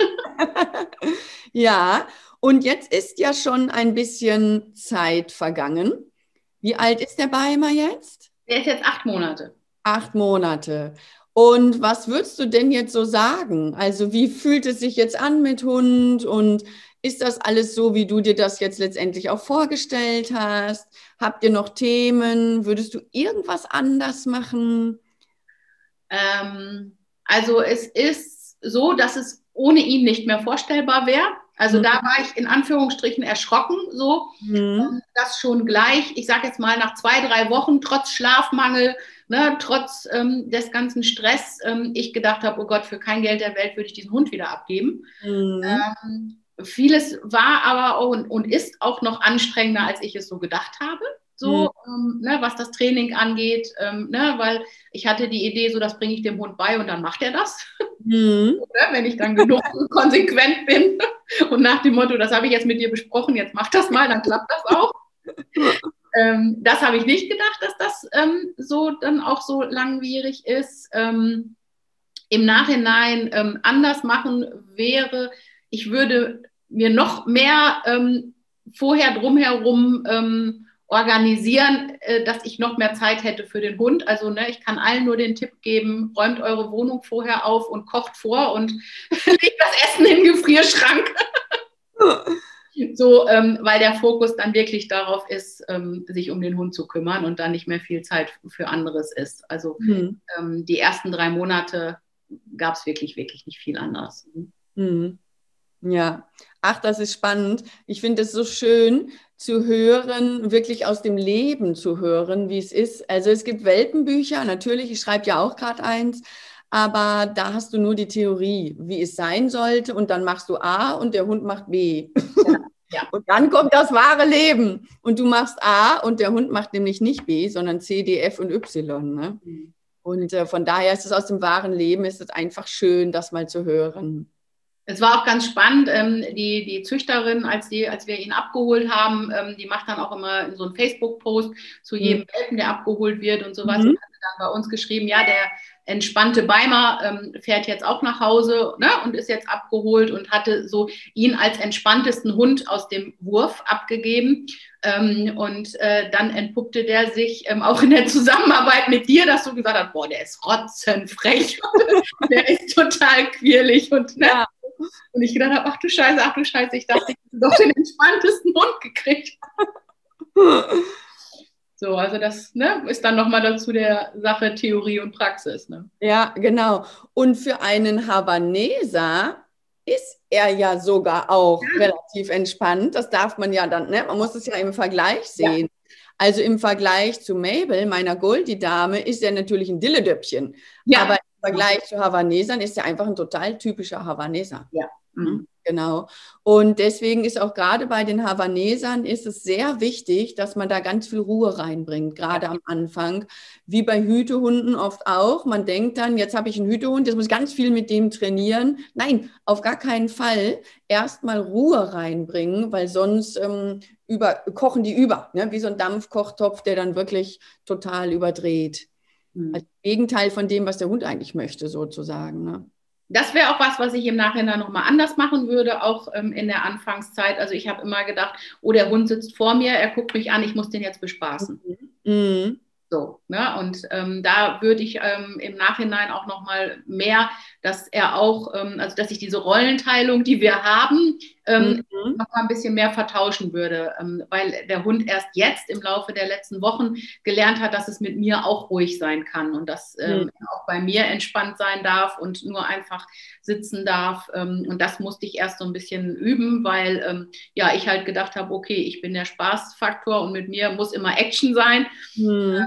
Ja, und jetzt ist ja schon ein bisschen Zeit vergangen. Wie alt ist der Beimer jetzt? Der ist jetzt acht Monate. Acht Monate. Und was würdest du denn jetzt so sagen? Also wie fühlt es sich jetzt an mit Hund? Und ist das alles so, wie du dir das jetzt letztendlich auch vorgestellt hast? Habt ihr noch Themen? Würdest du irgendwas anders machen? Ähm, also es ist so, dass es ohne ihn nicht mehr vorstellbar wäre. Also mhm. da war ich in Anführungsstrichen erschrocken, so, mhm. dass schon gleich, ich sage jetzt mal nach zwei, drei Wochen, trotz Schlafmangel, ne, trotz ähm, des ganzen Stress, ähm, ich gedacht habe, oh Gott, für kein Geld der Welt würde ich diesen Hund wieder abgeben. Mhm. Ähm, vieles war aber auch und, und ist auch noch anstrengender, als ich es so gedacht habe. So, mhm. ähm, ne, was das Training angeht, ähm, ne, weil ich hatte die Idee, so das bringe ich dem Hund bei und dann macht er das. Mhm. Wenn ich dann genug konsequent bin und nach dem Motto, das habe ich jetzt mit dir besprochen, jetzt mach das mal, dann klappt das auch. ähm, das habe ich nicht gedacht, dass das ähm, so dann auch so langwierig ist. Ähm, im Nachhinein ähm, anders machen wäre, ich würde mir noch mehr ähm, vorher drumherum ähm, organisieren, äh, dass ich noch mehr Zeit hätte für den Hund. Also ne, ich kann allen nur den Tipp geben, räumt eure Wohnung vorher auf und kocht vor und legt das Essen in den Gefrierschrank. So, ähm, weil der Fokus dann wirklich darauf ist, ähm, sich um den Hund zu kümmern und dann nicht mehr viel Zeit für anderes ist. Also mhm. ähm, die ersten drei Monate gab es wirklich, wirklich nicht viel anderes. Mhm. Ja, ach, das ist spannend. Ich finde es so schön zu hören, wirklich aus dem Leben zu hören, wie es ist. Also es gibt Welpenbücher, natürlich, ich schreibe ja auch gerade eins, aber da hast du nur die Theorie, wie es sein sollte und dann machst du A und der Hund macht B. Ja, ja. Und dann kommt das wahre Leben und du machst A und der Hund macht nämlich nicht B, sondern C, D, F und Y. Ne? Mhm. Und äh, von daher ist es aus dem wahren Leben, ist es einfach schön, das mal zu hören. Es war auch ganz spannend, ähm, die, die Züchterin, als, die, als wir ihn abgeholt haben, ähm, die macht dann auch immer so einen Facebook-Post zu jedem Welpen, der abgeholt wird und sowas. Mhm. Und hat dann bei uns geschrieben, ja, der entspannte Beimer ähm, fährt jetzt auch nach Hause, ne, und ist jetzt abgeholt und hatte so ihn als entspanntesten Hund aus dem Wurf abgegeben. Ähm, und äh, dann entpuppte der sich ähm, auch in der Zusammenarbeit mit dir, dass du gesagt hast, boah, der ist rotzenfrech, der ist total quirlig und ne? Ja. Und ich gedacht habe, ach du Scheiße, ach du Scheiße, ich dachte, ich habe doch den entspanntesten Hund gekriegt. So, also das ne, ist dann nochmal dazu der Sache Theorie und Praxis. Ne? Ja, genau. Und für einen Havaneser ist er ja sogar auch ja. relativ entspannt. Das darf man ja dann, ne? Man muss es ja im Vergleich sehen. Ja. Also im Vergleich zu Mabel, meiner Goldie-Dame, ist er natürlich ein Dilledöppchen. Ja. Aber im Vergleich zu Havanesern ist er einfach ein total typischer Havaneser. Ja. Mhm. Genau. Und deswegen ist auch gerade bei den Havanesern ist es sehr wichtig, dass man da ganz viel Ruhe reinbringt, gerade ja. am Anfang. Wie bei Hütehunden oft auch. Man denkt dann, jetzt habe ich einen Hütehund, jetzt muss ich ganz viel mit dem trainieren. Nein, auf gar keinen Fall. Erstmal Ruhe reinbringen, weil sonst ähm, über, kochen die über, ne? Wie so ein Dampfkochtopf, der dann wirklich total überdreht. Mhm. Also das Gegenteil von dem, was der Hund eigentlich möchte, sozusagen, ne? Das wäre auch was, was ich im Nachhinein nochmal anders machen würde, auch ähm, in der Anfangszeit. Also ich habe immer gedacht, oh, der Hund sitzt vor mir, er guckt mich an, ich muss den jetzt bespaßen. Mhm. So, ne? Und ähm, da würde ich ähm, im Nachhinein auch nochmal mehr, dass er auch, ähm, also dass ich diese Rollenteilung, die wir haben, ähm, mhm. noch mal ein bisschen mehr vertauschen würde, ähm, weil der Hund erst jetzt im Laufe der letzten Wochen gelernt hat, dass es mit mir auch ruhig sein kann und dass ähm, mhm. er auch bei mir entspannt sein darf und nur einfach sitzen darf. Ähm, und das musste ich erst so ein bisschen üben, weil ähm, ja, ich halt gedacht habe, okay, ich bin der Spaßfaktor und mit mir muss immer Action sein. Mhm.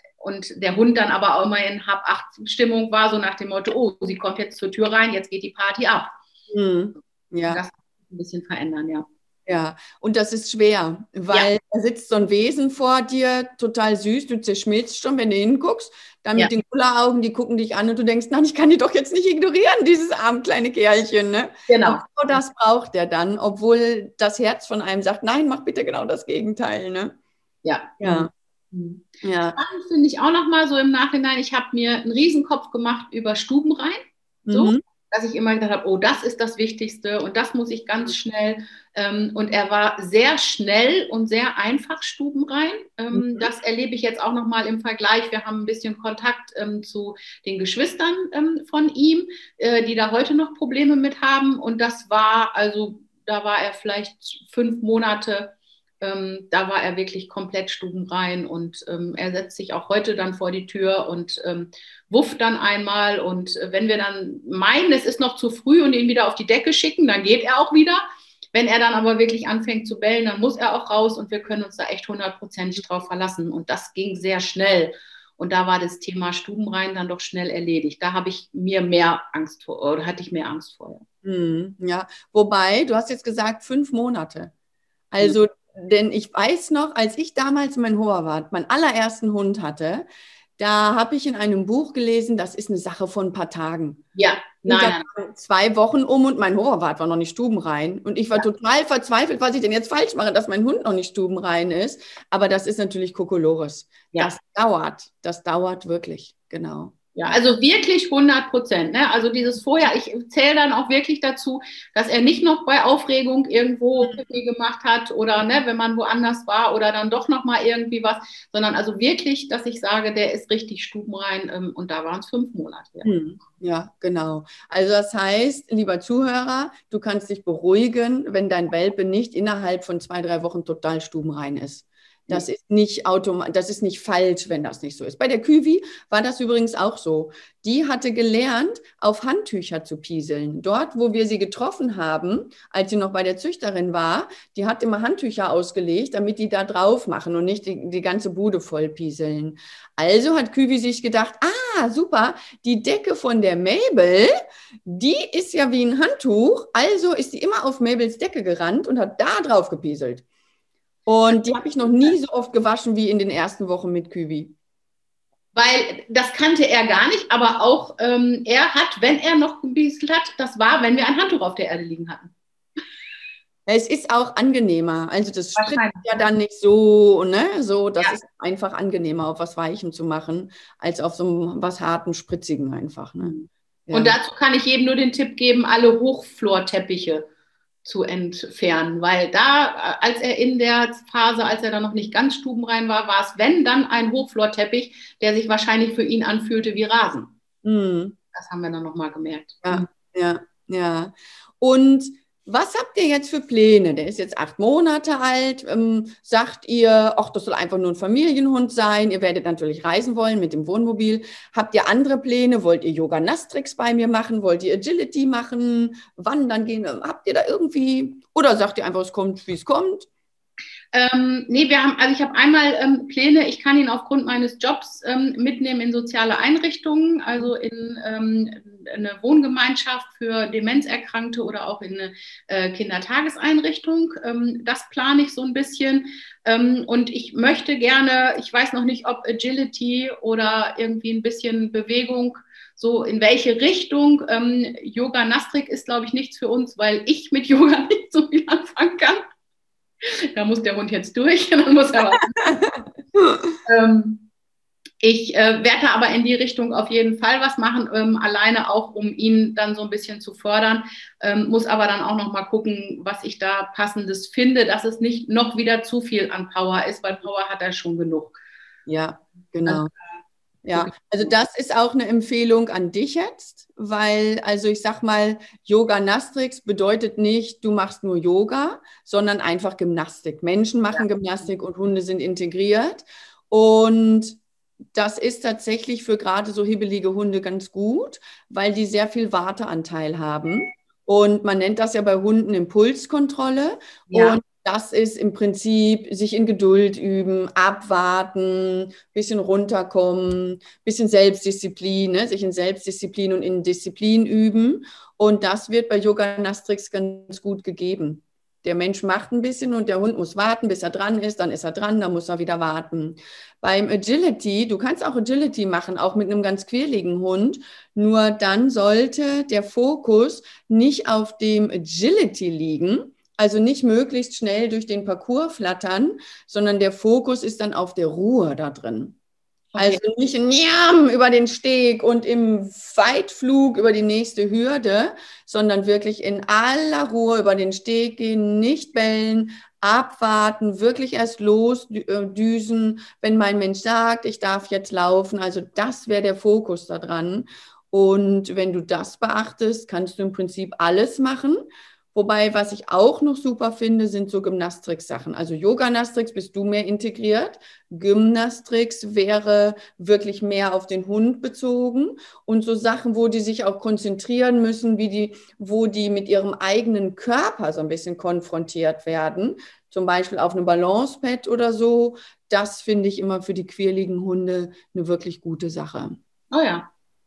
Und der Hund dann aber auch immer in Hab-Acht-Stimmung war, so nach dem Motto, oh, sie kommt jetzt zur Tür rein, jetzt geht die Party ab. Mhm. Ja. Das ein bisschen verändern, ja. Ja, und das ist schwer, weil ja. da sitzt so ein Wesen vor dir, total süß, du zerschmilzt schon, wenn du hinguckst, dann mit ja. den Kulleraugen, die gucken dich an und du denkst, nein, ich kann die doch jetzt nicht ignorieren, dieses arme kleine Kerlchen, ne? Genau. Und das braucht er dann, obwohl das Herz von einem sagt, nein, mach bitte genau das Gegenteil, ne? Ja. Ja. Mhm. Ja. Spannend finde ich auch nochmal so im Nachhinein, ich habe mir einen Riesenkopf gemacht über Stubenrein, so, mhm. dass ich immer gedacht habe, oh, das ist das Wichtigste und das muss ich ganz schnell. Ähm, und er war sehr schnell und sehr einfach stubenrein. Ähm, mhm. Das erlebe ich jetzt auch nochmal im Vergleich. Wir haben ein bisschen Kontakt ähm, zu den Geschwistern ähm, von ihm, äh, die da heute noch Probleme mit haben. Und das war, also da war er vielleicht fünf Monate. Ähm, da war er wirklich komplett stubenrein und ähm, er setzt sich auch heute dann vor die Tür und ähm, wufft dann einmal und äh, wenn wir dann meinen, es ist noch zu früh und ihn wieder auf die Decke schicken, dann geht er auch wieder. Wenn er dann aber wirklich anfängt zu bellen, dann muss er auch raus und wir können uns da echt hundertprozentig drauf verlassen und das ging sehr schnell und da war das Thema Stubenrein dann doch schnell erledigt. Da habe ich mir mehr Angst vor, oder hatte ich mehr Angst vor. Hm, ja, wobei, du hast jetzt gesagt, fünf Monate. Also, hm. denn ich weiß noch, als ich damals meinen Horvath, meinen allerersten Hund hatte, da habe ich in einem Buch gelesen, das ist eine Sache von ein paar Tagen. Ja, nein, und nein, nein. Zwei Wochen um und mein Horvath war noch nicht stubenrein. Und ich war ja. total verzweifelt, was ich denn jetzt falsch mache, dass mein Hund noch nicht stubenrein ist. Aber das ist natürlich Kokolores. Ja. Das dauert, das dauert wirklich, genau. Ja, also wirklich hundert Prozent. Ne? Also dieses vorher, ich zähle dann auch wirklich dazu, dass er nicht noch bei Aufregung irgendwo Pipi gemacht hat oder ne, wenn man woanders war oder dann doch noch mal irgendwie was, sondern also wirklich, dass ich sage, der ist richtig stubenrein ähm, und da waren es fünf Monate. Ja. Hm. Ja, genau. Also das heißt, lieber Zuhörer, du kannst dich beruhigen, wenn dein Welpe nicht innerhalb von zwei, drei Wochen total stubenrein ist. Das ist nicht automatisch, das ist nicht falsch, wenn das nicht so ist. Bei der Küwi war das übrigens auch so. Die hatte gelernt, auf Handtücher zu pieseln. Dort, wo wir sie getroffen haben, als sie noch bei der Züchterin war, die hat immer Handtücher ausgelegt, damit die da drauf machen und nicht die, die ganze Bude voll pieseln. Also hat Küwi sich gedacht, ah, super, die Decke von der Mabel, die ist ja wie ein Handtuch, also ist sie immer auf Mabels Decke gerannt und hat da drauf gepieselt. Und die habe ich noch nie so oft gewaschen wie in den ersten Wochen mit Küwi. weil das kannte er gar nicht, aber auch ähm, er hat, wenn er noch gebieselt hat, das war, wenn wir ein Handtuch auf der Erde liegen hatten. Es ist auch angenehmer. Also das spritzt Wahrscheinlich. ja dann nicht so, ne? So, das Ja. ist einfach angenehmer, auf was Weichem zu machen, als auf so einem was harten, spritzigen einfach, ne? Und Ja. dazu kann ich jedem nur den Tipp geben, alle Hochflorteppiche zu entfernen, weil da, als er in der Phase, als er dann noch nicht ganz stubenrein war, war es, wenn, dann ein Hochflorteppich, der sich wahrscheinlich für ihn anfühlte wie Rasen. Mhm. Das haben wir dann nochmal gemerkt. Ja, ja, ja. Und was habt ihr jetzt für Pläne? Der ist jetzt acht Monate alt. Ähm, sagt ihr, ach, das soll einfach nur ein Familienhund sein. Ihr werdet natürlich reisen wollen mit dem Wohnmobil. Habt ihr andere Pläne? Wollt ihr Yoga-Nastrix bei mir machen? Wollt ihr Agility machen? Wandern gehen? Habt ihr da irgendwie? Oder sagt ihr einfach, es kommt, wie es kommt? Ähm, nee, wir haben, also ich habe einmal ähm, Pläne, ich kann ihn aufgrund meines Jobs ähm, mitnehmen in soziale Einrichtungen, also in ähm, eine Wohngemeinschaft für Demenzerkrankte oder auch in eine äh, Kindertageseinrichtung. Ähm, das plane ich so ein bisschen. Ähm, und ich möchte gerne, ich weiß noch nicht, ob Agility oder irgendwie ein bisschen Bewegung, so in welche Richtung. Ähm, Yoga Nastrik ist, glaube ich, nichts für uns, weil ich mit Yoga nicht so viel anfangen kann. Da muss der Hund jetzt durch, dann muss er was. ähm, ich äh, werde aber in die Richtung auf jeden Fall was machen, ähm, alleine auch, um ihn dann so ein bisschen zu fördern. Ähm, muss aber dann auch noch mal gucken, was ich da Passendes finde, dass es nicht noch wieder zu viel an Power ist, weil Power hat er schon genug. Ja, genau. Also, Ja, also das ist auch eine Empfehlung an dich jetzt, weil, also ich sag mal, Yoga Nastrix bedeutet nicht, du machst nur Yoga, sondern einfach Gymnastik. Menschen machen ja. Gymnastik und Hunde sind integriert. Und das ist tatsächlich für gerade so hibbelige Hunde ganz gut, weil die sehr viel Warteanteil haben. Und man nennt das ja bei Hunden Impulskontrolle. Ja. Und das ist im Prinzip sich in Geduld üben, abwarten, bisschen runterkommen, bisschen Selbstdisziplin, ne? Sich in Selbstdisziplin und in Disziplin üben. Und das wird bei Yoga Nastrix ganz gut gegeben. Der Mensch macht ein bisschen und der Hund muss warten, bis er dran ist, dann ist er dran, dann muss er wieder warten. Beim Agility, du kannst auch Agility machen, auch mit einem ganz quirligen Hund, nur dann sollte der Fokus nicht auf dem Agility liegen, also nicht möglichst schnell durch den Parcours flattern, sondern der Fokus ist dann auf der Ruhe da drin. Okay. Also nicht Njam über den Steg und im Weitflug über die nächste Hürde, sondern wirklich in aller Ruhe über den Steg gehen, nicht bellen, abwarten, wirklich erst losdüsen, wenn mein Mensch sagt, ich darf jetzt laufen. Also das wäre der Fokus da dran. Und wenn du das beachtest, kannst du im Prinzip alles machen. Wobei, was ich auch noch super finde, sind so Gymnastrix-Sachen. Also Yoga-Nastrix bist du mehr integriert. Gymnastrix wäre wirklich mehr auf den Hund bezogen. Und so Sachen, wo die sich auch konzentrieren müssen, wie die, wo die mit ihrem eigenen Körper so ein bisschen konfrontiert werden. Zum Beispiel auf einem Balancepad oder so. Das finde ich immer für die quirligen Hunde eine wirklich gute Sache. Oh ja.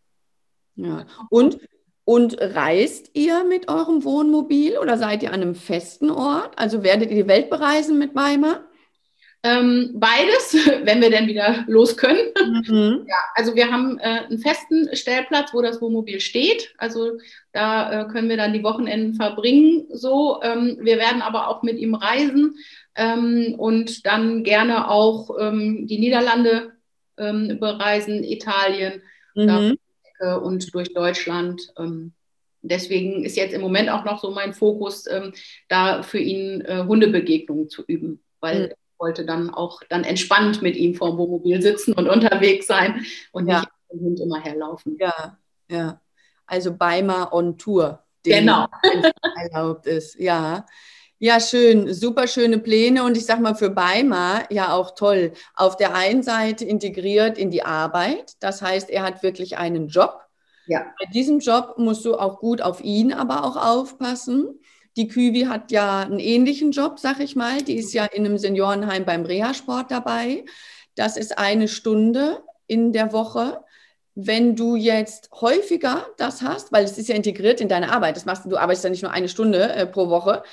Ja. Und Und reist ihr mit eurem Wohnmobil oder seid ihr an einem festen Ort? Also werdet ihr die Welt bereisen mit Weimar? Ähm, beides, wenn wir denn wieder los können. Mhm. Ja, also wir haben äh, einen festen Stellplatz, wo das Wohnmobil steht. Also da äh, können wir dann die Wochenenden verbringen. So, ähm, wir werden aber auch mit ihm reisen ähm, und dann gerne auch ähm, die Niederlande ähm, bereisen, Italien da, Mhm. äh, und durch Deutschland. Ähm, deswegen ist jetzt im Moment auch noch so mein Fokus, ähm, da für ihn äh, Hundebegegnungen zu üben, weil Mhm. wollte dann auch dann entspannt mit ihm vorm Wohnmobil sitzen und unterwegs sein und Ja, nicht mit dem Hund immer herlaufen. ja, ja. Also Weimar on Tour, demnächst, Genau. wenn es erlaubt ist. Ja. Ja, schön, super schöne Pläne und ich sag mal für Weimar ja auch toll. Auf der einen Seite integriert in die Arbeit, das heißt, er hat wirklich einen Job. Ja. Bei diesem Job musst du auch gut auf ihn aber auch aufpassen. Die Küwi hat ja einen ähnlichen Job, sag ich mal. Die ist ja in einem Seniorenheim beim Reha-Sport dabei. Das ist eine Stunde in der Woche. Wenn du jetzt häufiger das hast, weil es ist ja integriert in deine Arbeit, das machst du, du arbeitest ja nicht nur eine Stunde äh, pro Woche,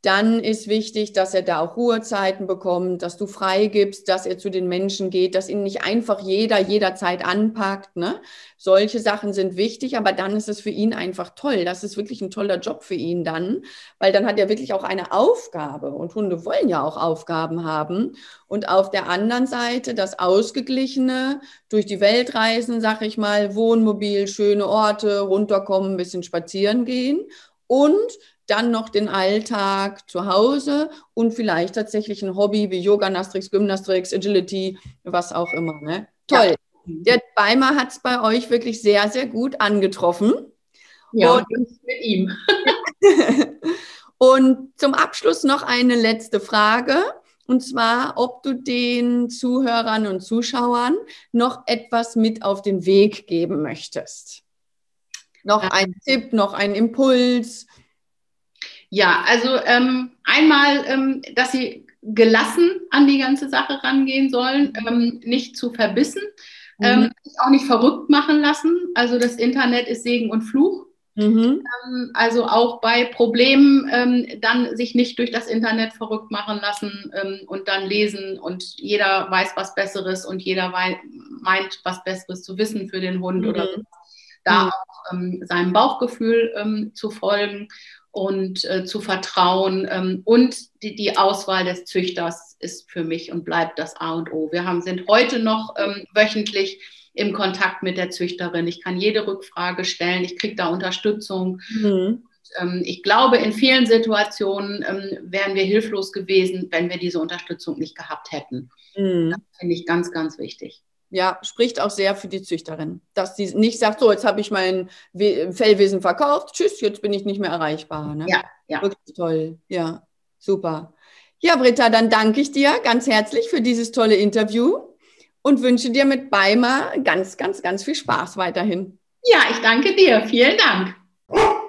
Dann ist wichtig, dass er da auch Ruhezeiten bekommt, dass du freigibst, dass er zu den Menschen geht, dass ihn nicht einfach jeder jederzeit anpackt. Ne? Solche Sachen sind wichtig, aber dann ist es für ihn einfach toll. Das ist wirklich ein toller Job für ihn dann, weil dann hat er wirklich auch eine Aufgabe. Und Hunde wollen ja auch Aufgaben haben. Und auf der anderen Seite das Ausgeglichene, durch die Welt reisen, sag ich mal, Wohnmobil, schöne Orte, runterkommen, ein bisschen spazieren gehen und dann noch den Alltag zu Hause und vielleicht tatsächlich ein Hobby wie Yoga, Nastrix, Gymnastrix, Agility, was auch immer. Ne? Toll. Ja. Der Beimer hat es bei euch wirklich sehr, sehr gut angetroffen. Ja, und mit ihm. Und zum Abschluss noch eine letzte Frage. Und zwar, ob du den Zuhörern und Zuschauern noch etwas mit auf den Weg geben möchtest. Noch ja. ein Tipp, noch ein Impuls. Ja, also ähm, einmal, ähm, dass sie gelassen an die ganze Sache rangehen sollen, ähm, nicht zu verbissen, mhm. ähm, sich auch nicht verrückt machen lassen. Also das Internet ist Segen und Fluch. Mhm. Ähm, also auch bei Problemen ähm, dann sich nicht durch das Internet verrückt machen lassen ähm, und dann lesen und jeder weiß was Besseres und jeder wei- meint was Besseres zu wissen für den Hund mhm. oder so. Da mhm. auch ähm, seinem Bauchgefühl ähm, zu folgen und äh, zu vertrauen. Ähm, und die, die Auswahl des Züchters ist für mich und bleibt das A und O. Wir haben, sind heute noch ähm, wöchentlich im Kontakt mit der Züchterin. Ich kann jede Rückfrage stellen, ich kriege da Unterstützung. Mhm. Und, ähm, ich glaube, in vielen Situationen ähm, wären wir hilflos gewesen, wenn wir diese Unterstützung nicht gehabt hätten. Mhm. Das finde ich ganz, ganz wichtig. Ja, spricht auch sehr für die Züchterin, dass sie nicht sagt, so, jetzt habe ich mein We- Fellwesen verkauft, tschüss, jetzt bin ich nicht mehr erreichbar. Ne? Ja, ja. Wirklich toll, ja, super. Ja, Britta, dann danke ich dir ganz herzlich für dieses tolle Interview und wünsche dir mit Beimer ganz, ganz, ganz viel Spaß weiterhin. Ja, ich danke dir. Vielen Dank.